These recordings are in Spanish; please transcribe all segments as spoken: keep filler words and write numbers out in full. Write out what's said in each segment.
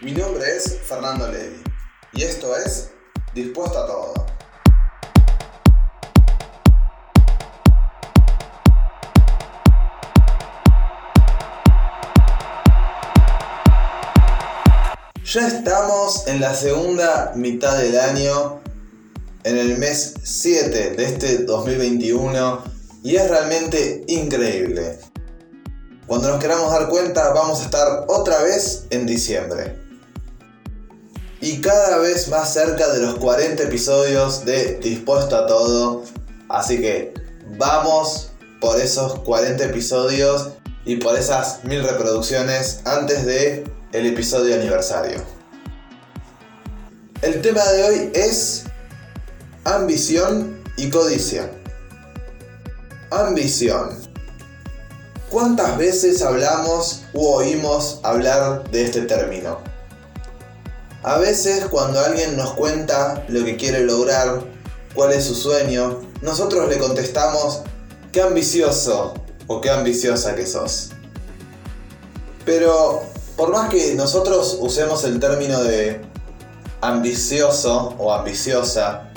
Mi nombre es Fernando Levi y esto es Dispuesto a Todo. Ya estamos en la segunda mitad del año, en el mes siete de este dos mil veintiuno, y es realmente increíble. Cuando nos queramos dar cuenta, vamos a estar otra vez en diciembre. Y cada vez más cerca de los cuarenta episodios de Dispuesto a Todo. Así que vamos por esos cuarenta episodios y por esas mil reproducciones antes de el episodio aniversario. El tema de hoy es ambición y codicia. Ambición. ¿Cuántas veces hablamos u oímos hablar de este término? A veces cuando alguien nos cuenta lo que quiere lograr, cuál es su sueño, nosotros le contestamos: ¡qué ambicioso! O ¡qué ambiciosa que sos! Pero por más que nosotros usemos el término de ambicioso o ambiciosa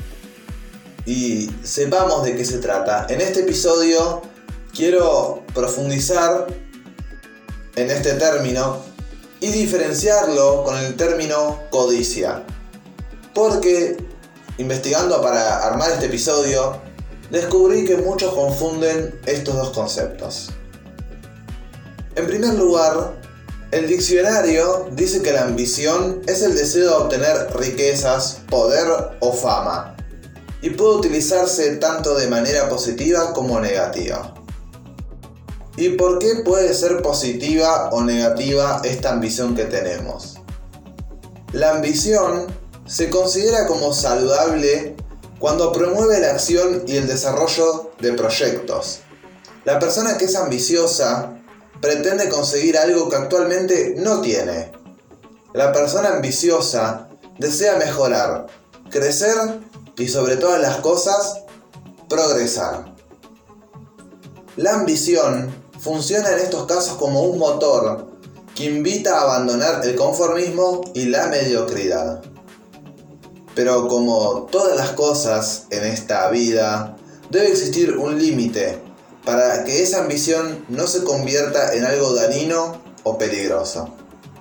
y sepamos de qué se trata, en este episodio quiero profundizar en este término y diferenciarlo con el término codicia. Porque investigando para armar este episodio, descubrí que muchos confunden estos dos conceptos. En primer lugar, el diccionario dice que la ambición es el deseo de obtener riquezas, poder o fama, y puede utilizarse tanto de manera positiva como negativa. ¿Y por qué puede ser positiva o negativa esta ambición que tenemos? La ambición se considera como saludable cuando promueve la acción y el desarrollo de proyectos. La persona que es ambiciosa pretende conseguir algo que actualmente no tiene. La persona ambiciosa desea mejorar, crecer y, sobre todas las cosas, progresar. La ambición funciona en estos casos como un motor que invita a abandonar el conformismo y la mediocridad. Pero como todas las cosas en esta vida, debe existir un límite para que esa ambición no se convierta en algo dañino o peligroso.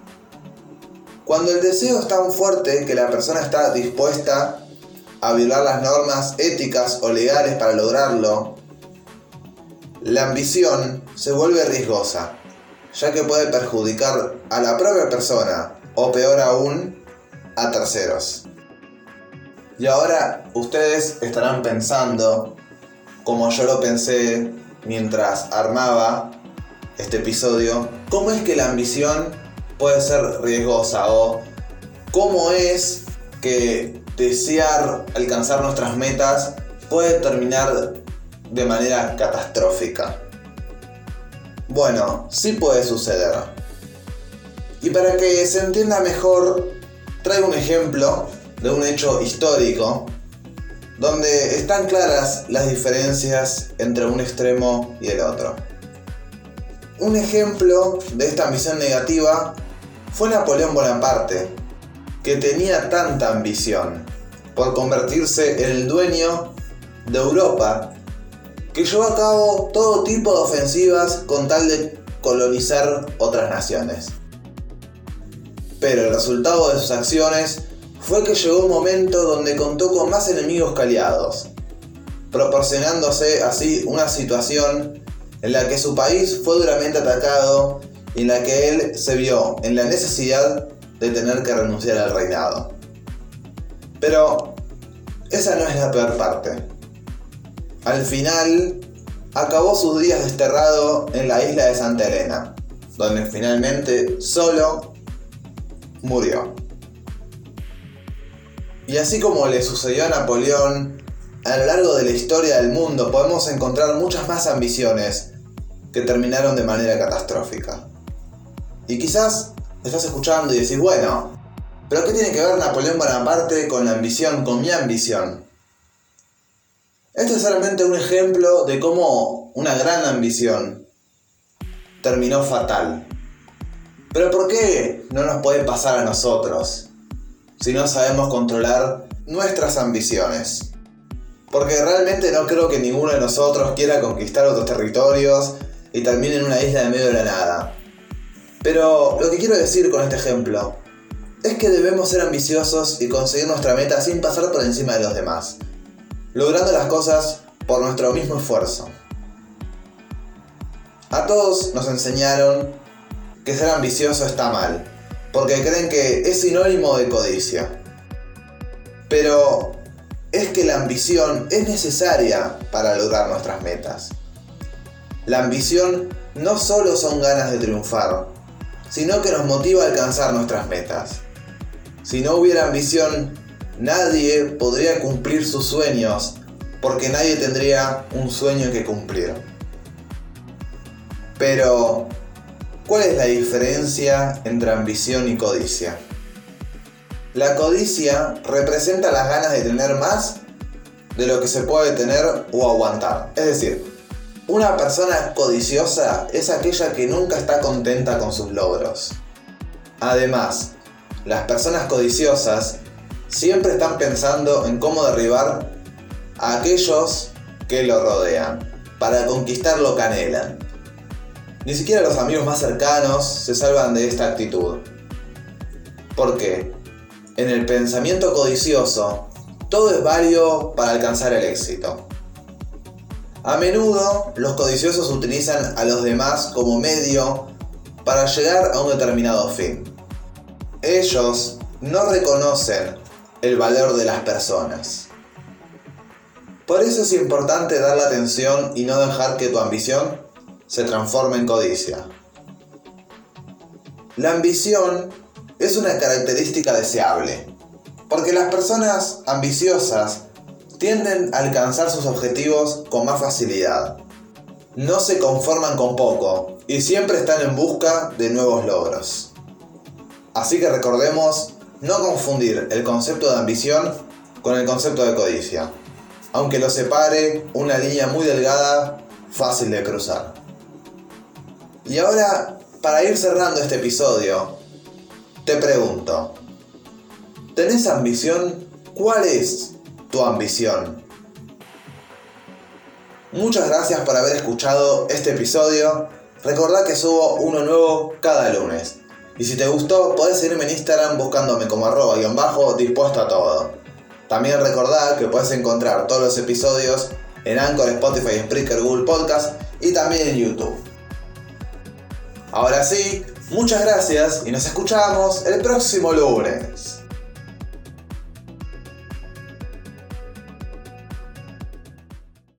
Cuando el deseo es tan fuerte que la persona está dispuesta a violar las normas éticas o legales para lograrlo, la ambición se vuelve riesgosa, ya que puede perjudicar a la propia persona o, peor aún, a terceros. Y ahora ustedes estarán pensando, como yo lo pensé mientras armaba este episodio, ¿cómo es que la ambición puede ser riesgosa? O ¿cómo es que desear alcanzar nuestras metas puede terminar de manera catastrófica? Bueno, sí puede suceder. Y para que se entienda mejor, traigo un ejemplo de un hecho histórico donde están claras las diferencias entre un extremo y el otro. Un ejemplo de esta ambición negativa fue Napoleón Bonaparte, que tenía tanta ambición por convertirse en el dueño de Europa que llevó a cabo todo tipo de ofensivas con tal de colonizar otras naciones. Pero el resultado de sus acciones fue que llegó un momento donde contó con más enemigos que aliados, proporcionándose así una situación en la que su país fue duramente atacado y en la que él se vio en la necesidad de tener que renunciar al reinado. Pero esa no es la peor parte. Al final, acabó sus días desterrado en la isla de Santa Elena, donde finalmente solo murió. Y así como le sucedió a Napoleón, a lo largo de la historia del mundo podemos encontrar muchas más ambiciones que terminaron de manera catastrófica. Y quizás estás escuchando y decís, bueno, ¿pero qué tiene que ver Napoleón Bonaparte con la ambición, con mi ambición? Este es solamente un ejemplo de cómo una gran ambición terminó fatal. Pero ¿por qué no nos puede pasar a nosotros si no sabemos controlar nuestras ambiciones? Porque realmente no creo que ninguno de nosotros quiera conquistar otros territorios y termine en una isla de medio de la nada. Pero lo que quiero decir con este ejemplo es que debemos ser ambiciosos y conseguir nuestra meta sin pasar por encima de los demás, logrando las cosas por nuestro mismo esfuerzo. A todos nos enseñaron que ser ambicioso está mal, porque creen que es sinónimo de codicia. Pero es que la ambición es necesaria para lograr nuestras metas. La ambición no solo son ganas de triunfar, sino que nos motiva a alcanzar nuestras metas. Si no hubiera ambición, nadie podría cumplir sus sueños, porque nadie tendría un sueño que cumplir. Pero, ¿cuál es la diferencia entre ambición y codicia? La codicia representa las ganas de tener más de lo que se puede tener o aguantar. Es decir, una persona codiciosa es aquella que nunca está contenta con sus logros. Además, las personas codiciosas siempre están pensando en cómo derribar a aquellos que lo rodean para conquistar lo que anhelan. Ni siquiera los amigos más cercanos se salvan de esta actitud. ¿Por qué? En el pensamiento codicioso, todo es válido para alcanzar el éxito. A menudo, los codiciosos utilizan a los demás como medio para llegar a un determinado fin. Ellos no reconocen el valor de las personas. Por eso es importante darle atención y no dejar que tu ambición se transforme en codicia. La ambición es una característica deseable, porque las personas ambiciosas tienden a alcanzar sus objetivos con más facilidad. No se conforman con poco y siempre están en busca de nuevos logros. Así que recordemos no confundir el concepto de ambición con el concepto de codicia, aunque los separe una línea muy delgada, fácil de cruzar. Y ahora, para ir cerrando este episodio, te pregunto, ¿tenés ambición? ¿Cuál es tu ambición? Muchas gracias por haber escuchado este episodio. Recordá que subo uno nuevo cada lunes. Y si te gustó, podés seguirme en Instagram buscándome como arroba guión bajo dispuesto a todo. También recordá que podés encontrar todos los episodios en Anchor, Spotify, Spreaker, Google Podcast y también en YouTube. Ahora sí, muchas gracias y nos escuchamos el próximo lunes.